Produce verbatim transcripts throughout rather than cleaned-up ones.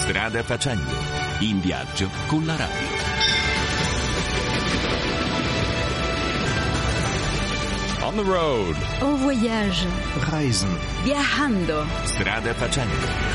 Strada facendo, in viaggio con la radio. On the road. En voyage. Reisen. Viajando. Strada facendo.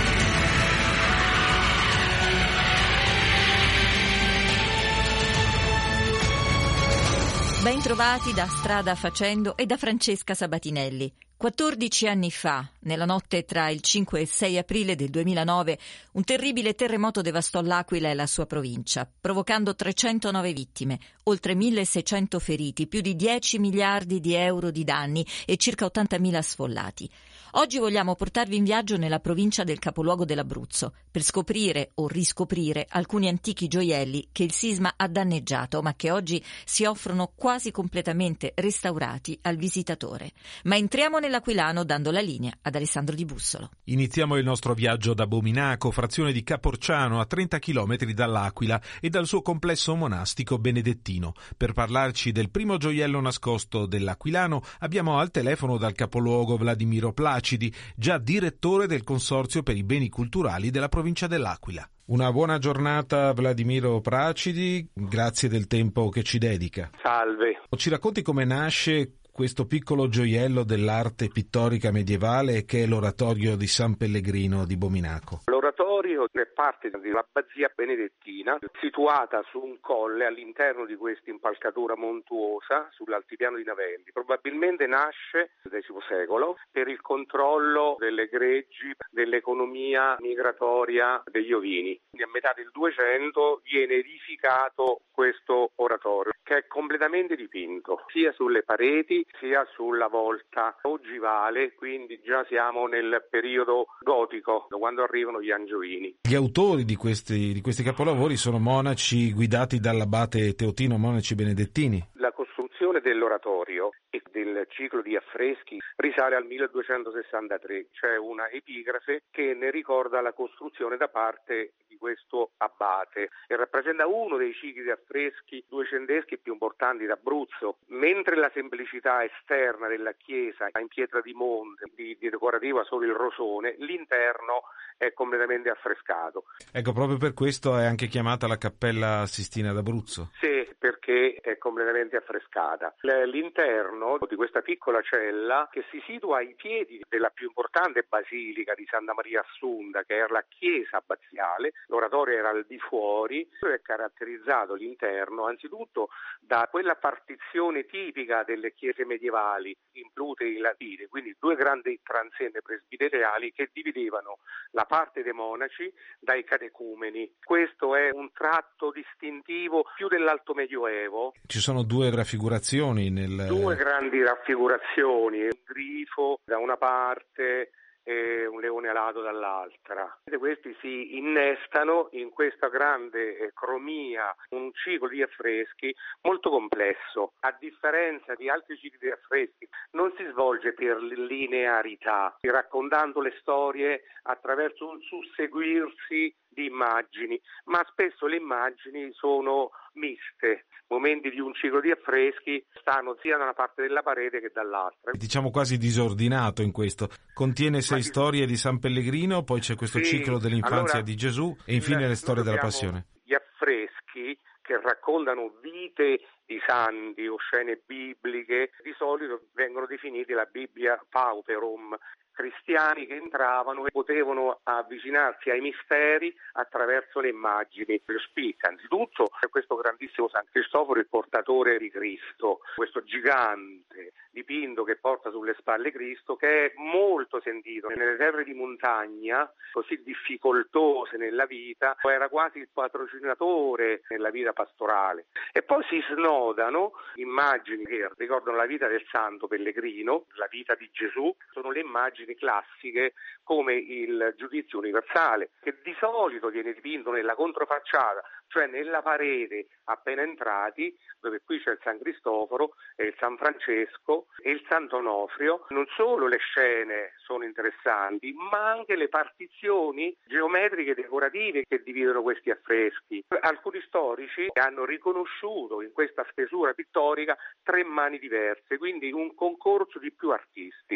Ben trovati da Strada Facendo e da Francesca Sabatinelli. quattordici anni fa, nella notte tra il cinque e il sei aprile del duemilanove, un terribile terremoto devastò l'Aquila e la sua provincia, provocando trecentonove vittime, oltre milleseicento feriti, più di dieci miliardi di euro di danni e circa ottantamila sfollati. Oggi vogliamo portarvi in viaggio nella provincia del capoluogo dell'Abruzzo per scoprire o riscoprire alcuni antichi gioielli che il sisma ha danneggiato, ma che oggi si offrono quasi completamente restaurati al visitatore. Ma entriamo nell'Aquilano dando la linea ad Alessandro Di Bussolo. Iniziamo il nostro viaggio da Bominaco, frazione di Caporciano, a trenta chilometri dall'Aquila e dal suo complesso monastico benedettino. Per parlarci del primo gioiello nascosto dell'Aquilano abbiamo al telefono dal capoluogo Vladimiro Placidi, già direttore del Consorzio per i Beni Culturali della provincia dell'Aquila. Una buona giornata Vladimiro Placidi, grazie del tempo che ci dedica. Salve. Ci racconti come nasce questo piccolo gioiello dell'arte pittorica medievale che è l'oratorio di San Pellegrino di Bominaco? L'oratorio è parte di un'abbazia benedettina situata su un colle all'interno di questa impalcatura montuosa sull'altipiano di Navelli. Probabilmente nasce nel X secolo per il controllo delle greggi, dell'economia migratoria degli ovini. A metà del duecento viene edificato questo oratorio che è completamente dipinto sia sulle pareti sia sulla volta ogivale, quindi già siamo nel periodo gotico, quando arrivano gli Angioini. Gli autori di questi, di questi capolavori sono monaci guidati dall'abate Teotino, monaci benedettini. La costruzione dell'oratorio e del ciclo di affreschi risale al milleduecentosessantatré, c'è una epigrafe che ne ricorda la costruzione da parte di questo abate e rappresenta uno dei cicli di affreschi duecenteschi più importanti d'Abruzzo. Mentre la semplicità esterna della chiesa in pietra di monte, di, di decorativa solo il rosone, l'interno è completamente affrescato. Ecco, proprio per questo è anche chiamata la Cappella Sistina d'Abruzzo. Sì, perché è completamente affrescata. L'interno di questa piccola cella, che si situa ai piedi della più importante basilica di Santa Maria Assunta, che era la chiesa abbaziale, l'oratorio era al di fuori, è caratterizzato l'interno anzitutto da quella partizione tipica delle chiese medievali, implute in latine, quindi due grandi transenne presbiteriali che dividevano la parte dei monaci dai catecumeni. Questo è un tratto distintivo più dell'alto medioevo. Ci sono due raffigurazioni nel... Due grandi raffigurazioni, un grifo da una parte e un leone alato dall'altra. Questi si innestano in questa grande cromia, un ciclo di affreschi molto complesso. A differenza di altri cicli di affreschi non si svolge per linearità, raccontando le storie attraverso un susseguirsi di immagini, ma spesso le immagini sono miste. Momenti di un ciclo di affreschi stanno sia da una parte della parete che dall'altra. Diciamo quasi disordinato in questo. Contiene sei Ma... storie di San Pellegrino, poi c'è questo sì, ciclo dell'infanzia allora, di Gesù e infine le storie della Passione. Gli affreschi che raccontano vite di santi o scene bibliche di solito vengono definiti la Bibbia Pauperum. Cristiani che entravano e potevano avvicinarsi ai misteri attraverso le immagini. Lo spicca anzitutto è questo grandissimo San Cristoforo, il portatore di Cristo, questo gigante dipinto che porta sulle spalle Cristo, che è molto sentito nelle terre di montagna così difficoltose nella vita, era quasi il patrocinatore nella vita pastorale. E poi si snodano immagini che ricordano la vita del Santo Pellegrino, la vita di Gesù, sono le immagini classiche come il giudizio universale, che di solito viene dipinto nella controfacciata, cioè nella parete appena entrati, dove qui c'è il San Cristoforo e il San Francesco e il Sant'Onofrio. Non solo le scene sono interessanti, ma anche le partizioni geometriche decorative che dividono questi affreschi. Alcuni storici hanno riconosciuto in questa stesura pittorica tre mani diverse, quindi un concorso di più artisti.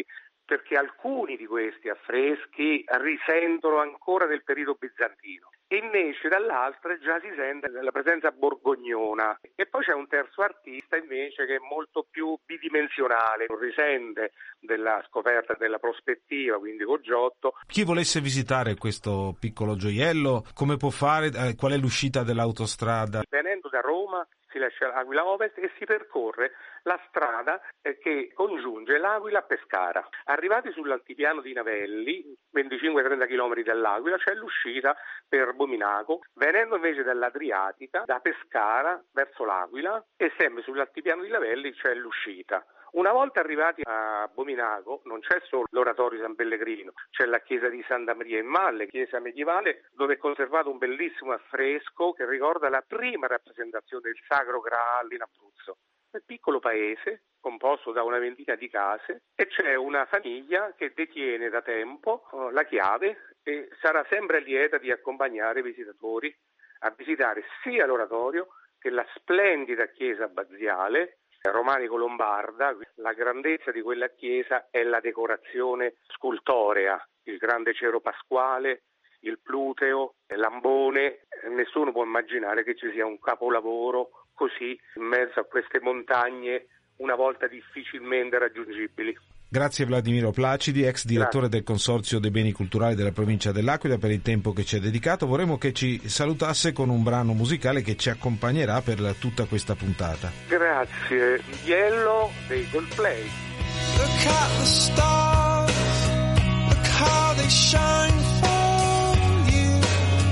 perché alcuni di questi affreschi risentono ancora del periodo bizantino. E invece dall'altra già si sente la presenza borgognona. E poi c'è un terzo artista invece che è molto più bidimensionale, risente della scoperta della prospettiva, quindi con Giotto. Chi volesse visitare questo piccolo gioiello, come può fare? Eh, qual è l'uscita dell'autostrada? Venendo da Roma si lascia l'Aquila Ovest e si percorre la strada che congiunge l'Aquila a Pescara. Arrivati sull'altipiano di Navelli, venticinque trenta chilometri dall'Aquila, c'è l'uscita per Bominaco, venendo invece dall'Adriatica, da Pescara verso l'Aquila, e sempre sull'altipiano di Navelli c'è l'uscita. Una volta arrivati a Bominaco non c'è solo l'oratorio San Pellegrino, c'è la chiesa di Santa Maria in Valle, chiesa medievale dove è conservato un bellissimo affresco che ricorda la prima rappresentazione del Sacro Graal in Abruzzo. È un piccolo paese composto da una ventina di case e c'è una famiglia che detiene da tempo uh, la chiave e sarà sempre lieta di accompagnare i visitatori a visitare sia l'oratorio che la splendida chiesa abbaziale romanico-lombarda. La grandezza di quella chiesa è la decorazione scultorea, il grande cero pasquale, il pluteo, l'ambone. Nessuno può immaginare che ci sia un capolavoro così in mezzo a queste montagne una volta difficilmente raggiungibili. Grazie Vladimiro Placidi, ex direttore Grazie. del Consorzio dei Beni Culturali della Provincia dell'Aquila, per il tempo che ci ha dedicato. Vorremmo che ci salutasse con un brano musicale che ci accompagnerà per la, tutta questa puntata. Grazie. Yellow dei Coldplay. Look at the stars, look how they shine for you,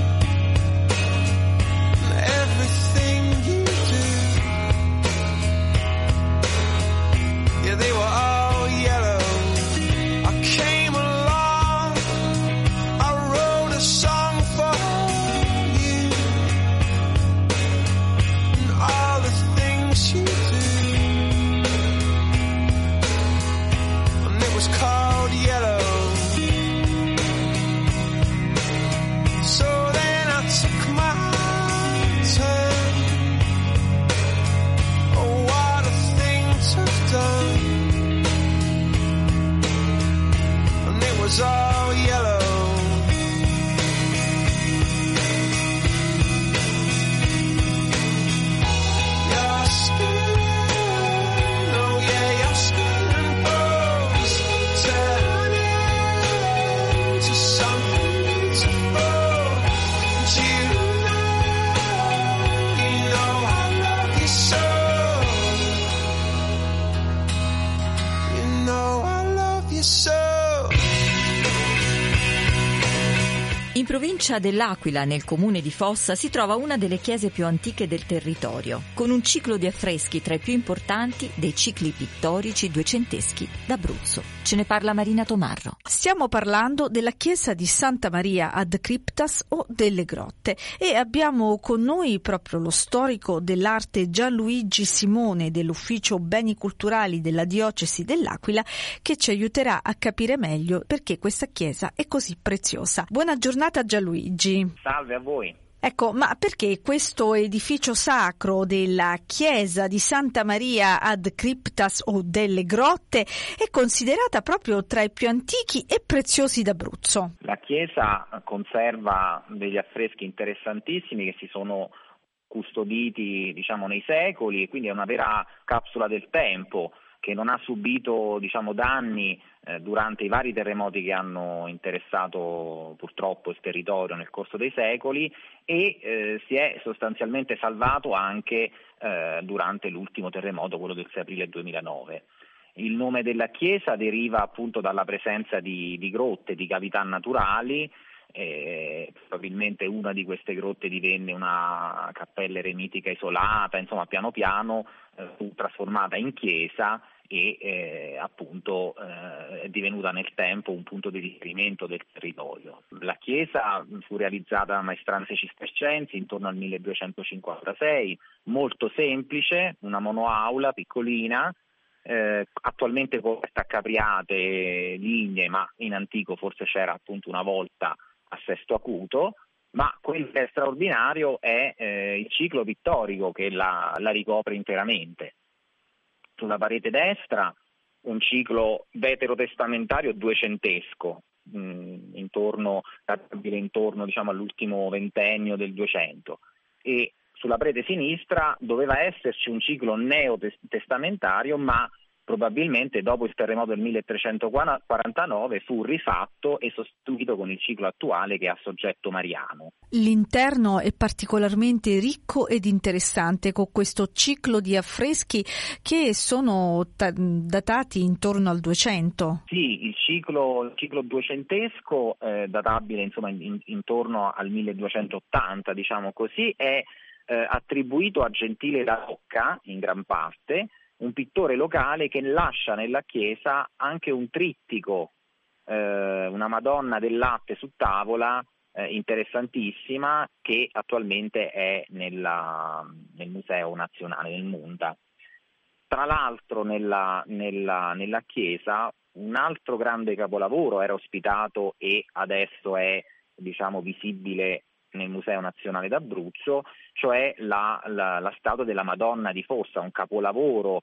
and everything you do. Yeah, they were all all yellow. Your skin, oh yeah, your skin and bones turn into something beautiful. And you know, you know I love you so. You know I love you so. In provincia dell'Aquila, nel comune di Fossa, si trova una delle chiese più antiche del territorio, con un ciclo di affreschi tra i più importanti dei cicli pittorici duecenteschi d'Abruzzo. Ce ne parla Marina Tomarro. Stiamo parlando della chiesa di Santa Maria ad Cryptas o delle Grotte e abbiamo con noi proprio lo storico dell'arte Gianluigi Simone dell'Ufficio Beni Culturali della Diocesi dell'Aquila, che ci aiuterà a capire meglio perché questa chiesa è così preziosa. Buona giornata Gianluigi. Salve a voi. Ecco, ma perché questo edificio sacro della chiesa di Santa Maria ad Cryptas o delle Grotte è considerata proprio tra i più antichi e preziosi d'Abruzzo? La chiesa conserva degli affreschi interessantissimi che si sono custoditi, diciamo, nei secoli, e quindi è una vera capsula del tempo che non ha subito, diciamo, danni eh, durante i vari terremoti che hanno interessato purtroppo il territorio nel corso dei secoli, e eh, si è sostanzialmente salvato anche eh, durante l'ultimo terremoto, quello del sei aprile duemilanove. Il nome della chiesa deriva appunto dalla presenza di, di grotte, di cavità naturali. Eh, probabilmente una di queste grotte divenne una cappella eremitica isolata, insomma piano piano eh, fu trasformata in chiesa e eh, appunto eh, è divenuta nel tempo un punto di riferimento del territorio. La chiesa fu realizzata da maestranze cistercensi intorno al milleduecentocinquantasei, molto semplice, una monoaula piccolina, eh, attualmente coperta a capriate lignee, ma in antico forse c'era appunto una volta a sesto acuto, ma quello che è straordinario è eh, il ciclo pittorico che la, la ricopre interamente. Sulla parete destra un ciclo veterotestamentario duecentesco, mh, intorno, databile intorno diciamo all'ultimo ventennio del duecento, e sulla prete sinistra doveva esserci un ciclo neotestamentario, ma probabilmente dopo il terremoto del milletrecentoquarantanove fu rifatto e sostituito con il ciclo attuale che ha soggetto mariano. L'interno è particolarmente ricco ed interessante, con questo ciclo di affreschi che sono t- datati intorno al duecento. Sì, il ciclo, il ciclo duecentesco, eh, databile insomma in, intorno al milleduecentottanta, diciamo così, è eh, attribuito a Gentile da Rocca in gran parte, un pittore locale che lascia nella chiesa anche un trittico, eh, una Madonna del latte su tavola, eh, interessantissima, che attualmente è nella, nel Museo Nazionale del Munta. Tra l'altro nella, nella, nella chiesa un altro grande capolavoro era ospitato e adesso è diciamo visibile nel Museo Nazionale d'Abruzzo, cioè la, la, la statua della Madonna di Fossa, un capolavoro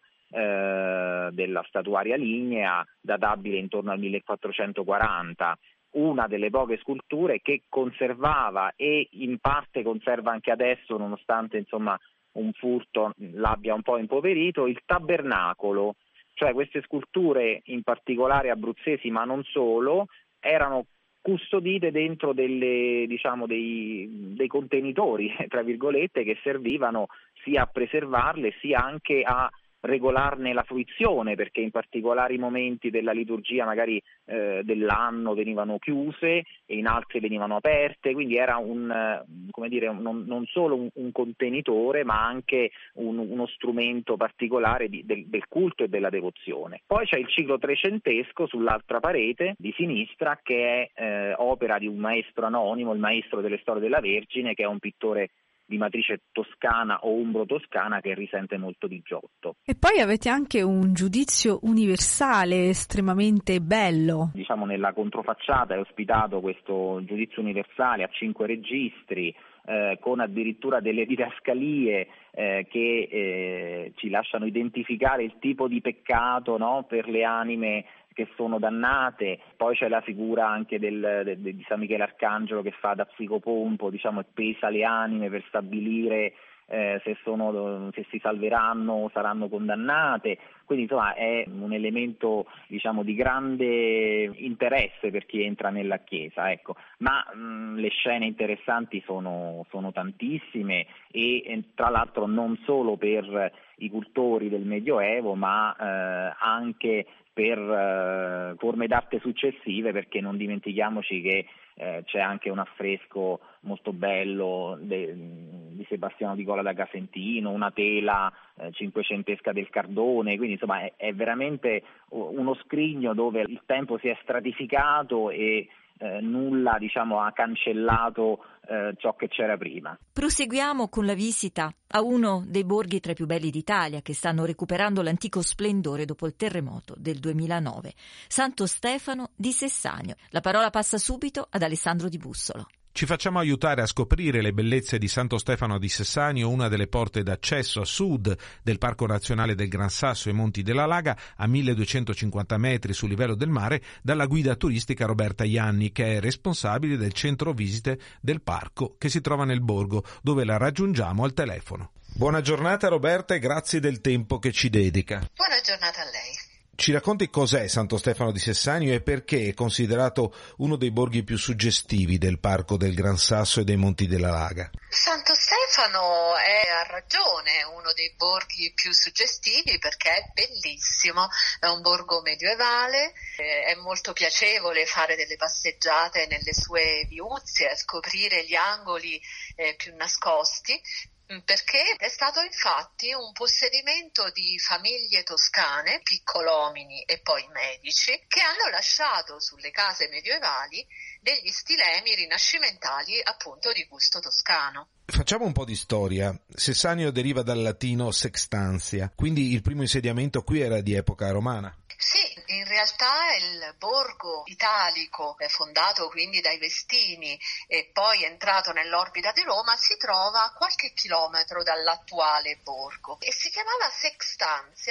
eh, della statuaria lignea databile intorno al millequattrocentoquaranta, una delle poche sculture che conservava e in parte conserva anche adesso, nonostante insomma un furto l'abbia un po' impoverito, il tabernacolo, cioè queste sculture in particolare abruzzesi ma non solo, erano custodite dentro delle, diciamo, dei, dei contenitori, tra virgolette, che servivano sia a preservarle sia anche a regolarne la fruizione, perché in particolari momenti della liturgia magari eh, dell'anno venivano chiuse e in altri venivano aperte, quindi era un, come dire, non, non solo un, un contenitore ma anche un, uno strumento particolare di, del, del culto e della devozione. Poi c'è il ciclo trecentesco sull'altra parete di sinistra, che è eh, opera di un maestro anonimo, il maestro delle storie della Vergine, che è un pittore di matrice toscana o umbro-toscana che risente molto di Giotto. E poi avete anche un giudizio universale estremamente bello. Diciamo nella controfacciata è ospitato questo giudizio universale a cinque registri, eh, con addirittura delle didascalie eh, che eh, ci lasciano identificare il tipo di peccato, no, per le anime che sono dannate. Poi c'è la figura anche del, de, de, di San Michele Arcangelo che fa da psicopompo, diciamo, e pesa le anime per stabilire eh, se, sono, se si salveranno o saranno condannate. Quindi insomma è un elemento diciamo di grande interesse per chi entra nella chiesa, ecco. Ma mh, le scene interessanti sono, sono tantissime e, e tra l'altro non solo per i cultori del Medioevo ma eh, anche per eh, forme d'arte successive, perché non dimentichiamoci che eh, c'è anche un affresco molto bello de, di Sebastiano di Cola da Casentino, una tela eh, cinquecentesca del Cardone, quindi insomma è, è veramente uno scrigno dove il tempo si è stratificato e eh, nulla diciamo ha cancellato eh, ciò che c'era prima. Proseguiamo con la visita a uno dei borghi tra i più belli d'Italia che stanno recuperando l'antico splendore dopo il terremoto del duemilanove, Santo Stefano di Sessagno. La parola passa subito ad Alessandro Di Bussolo. Ci facciamo aiutare a scoprire le bellezze di Santo Stefano di Sessagno, una delle porte d'accesso a sud del Parco Nazionale del Gran Sasso e Monti della Laga, a milleduecentocinquanta metri sul livello del mare, dalla guida turistica Roberta Ianni, che è responsabile del centro visite del parco che si trova nel borgo, dove la raggiungiamo al telefono. Buona giornata Roberta e grazie del tempo che ci dedica. Buona giornata a lei. Ci racconti cos'è Santo Stefano di Sessagno e perché è considerato uno dei borghi più suggestivi del Parco del Gran Sasso e dei Monti della Laga? Santo Stefano è a ragione uno dei borghi più suggestivi perché è bellissimo, è un borgo medievale, è molto piacevole fare delle passeggiate nelle sue viuzze, scoprire gli angoli eh, più nascosti, perché è stato infatti un possedimento di famiglie toscane, piccolomini e poi medici, che hanno lasciato sulle case medievali degli stilemi rinascimentali appunto di gusto toscano. Facciamo un po' di storia. Sessagno deriva dal latino sextantia, quindi il primo insediamento qui era di epoca romana. Sì, in realtà il borgo italico, fondato quindi dai Vestini e poi entrato nell'orbita di Roma, si trova a qualche chilometro dall'attuale borgo e si chiamava Sextantia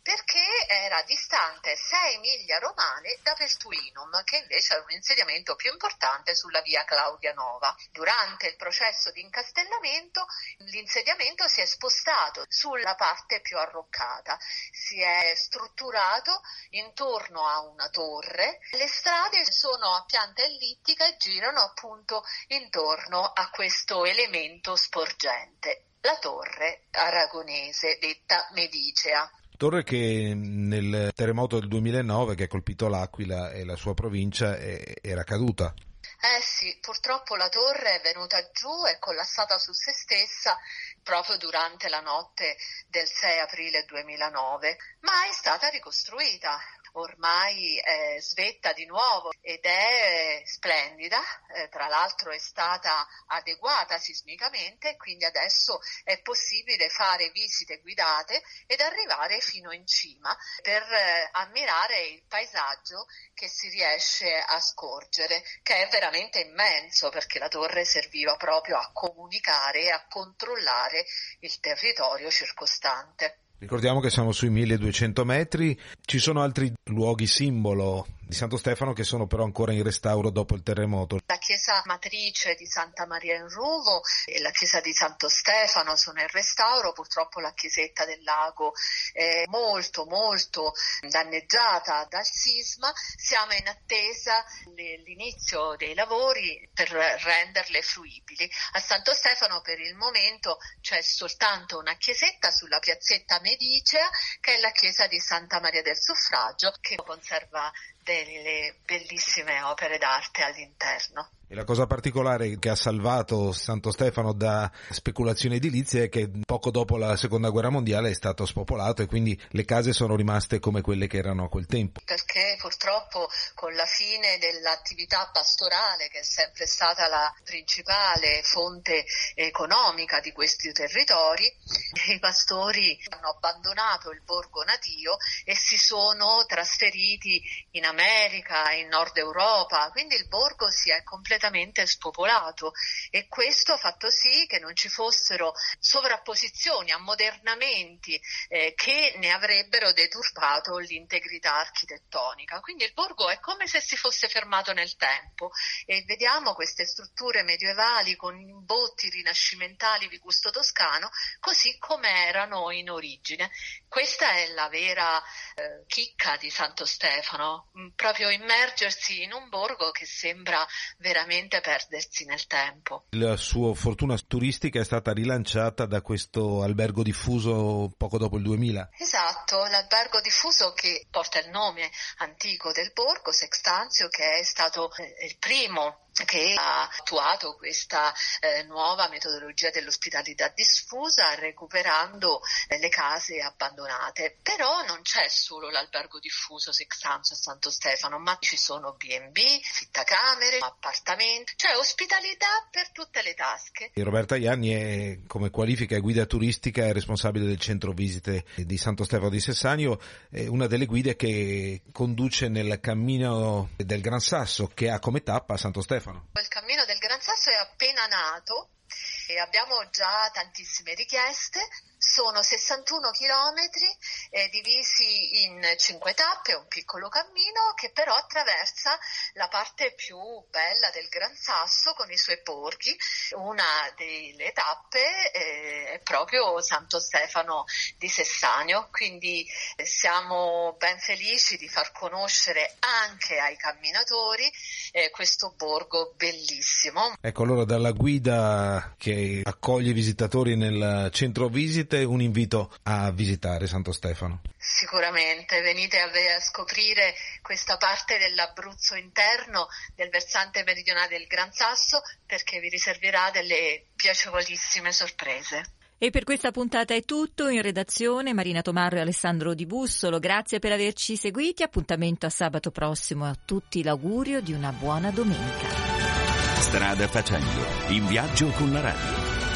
perché era distante sei miglia romane da Vestuinum, che invece è un insediamento più importante sulla via Claudia Nova. Durante il processo di incastellamento l'insediamento si è spostato sulla parte più arroccata, si è strutturato intorno a una torre, le strade sono a pianta ellittica e girano appunto intorno a questo elemento sporgente, la torre aragonese detta medicea. Torre che nel terremoto del duemilanove che ha colpito l'Aquila e la sua provincia era caduta. Eh sì, purtroppo la torre è venuta giù, è collassata su se stessa proprio durante la notte del sei aprile duemilanove, ma è stata ricostruita. Ormai è svetta di nuovo ed è splendida, eh, tra l'altro è stata adeguata sismicamente, quindi adesso è possibile fare visite guidate ed arrivare fino in cima per eh, ammirare il paesaggio che si riesce a scorgere, che è veramente immenso, perché la torre serviva proprio a comunicare e a controllare il territorio circostante. Ricordiamo che siamo sui milleduecento metri, ci sono altri luoghi simbolo di Santo Stefano che sono però ancora in restauro dopo il terremoto. La chiesa matrice di Santa Maria in Ruvo e la chiesa di Santo Stefano sono in restauro, purtroppo la chiesetta del lago è molto molto danneggiata dal sisma, siamo in attesa dell'inizio dei lavori per renderle fruibili. A Santo Stefano per il momento c'è soltanto una chiesetta sulla piazzetta Medicea, che è la chiesa di Santa Maria del Suffragio, che conserva delle bellissime opere d'arte all'interno. E la cosa particolare che ha salvato Santo Stefano da speculazioni edilizie è che poco dopo la seconda guerra mondiale è stato spopolato e quindi le case sono rimaste come quelle che erano a quel tempo. Perché purtroppo con la fine dell'attività pastorale, che è sempre stata la principale fonte economica di questi territori, i pastori hanno abbandonato il borgo natio e si sono trasferiti in America, in Nord Europa, quindi il borgo si è completamente spopolato e questo ha fatto sì che non ci fossero sovrapposizioni, ammodernamenti eh, che ne avrebbero deturpato l'integrità architettonica. Quindi il borgo è come se si fosse fermato nel tempo e vediamo queste strutture medievali con imbotti rinascimentali di gusto toscano così come erano in origine. Questa è la vera eh, chicca di Santo Stefano, proprio immergersi in un borgo che sembra veramente perdersi nel tempo. La sua fortuna turistica è stata rilanciata da questo albergo diffuso poco dopo il duemila. Esatto, l'albergo diffuso che porta il nome antico del borgo, Sextanzio, che è stato eh, il primo che ha attuato questa eh, nuova metodologia dell'ospitalità diffusa recuperando eh, le case abbandonate. Però non c'è solo l'albergo diffuso Sextanzio a Santo Stefano, ma ci sono B and B, fittacamere, appartamenti, cioè ospitalità per tutte le tasche. E Roberta Ianni è, come qualifica e guida turistica, è responsabile del centro visite di Santo Stefano di Sessanio, è una delle guide che conduce nel cammino del Gran Sasso, che ha come tappa Santo Stefano. Il cammino del Gran Sasso è appena nato e abbiamo già tantissime richieste. Sono sessantuno chilometri eh, divisi in cinque tappe, un piccolo cammino che però attraversa la parte più bella del Gran Sasso con i suoi borghi. Una delle tappe eh, è proprio Santo Stefano di Sessanio, quindi eh, siamo ben felici di far conoscere anche ai camminatori eh, questo borgo bellissimo. Ecco, allora dalla guida che accoglie i visitatori nel centro visite un invito a visitare Santo Stefano. Sicuramente, venite a, a scoprire questa parte dell'Abruzzo interno, del versante meridionale del Gran Sasso, perché vi riserverà delle piacevolissime sorprese. E per questa puntata è tutto. In redazione Marina Tomarro e Alessandro Di Bussolo. Grazie per averci seguiti. Appuntamento a sabato prossimo e a tutti l'augurio di una buona domenica. Strada facendo, in viaggio con la radio.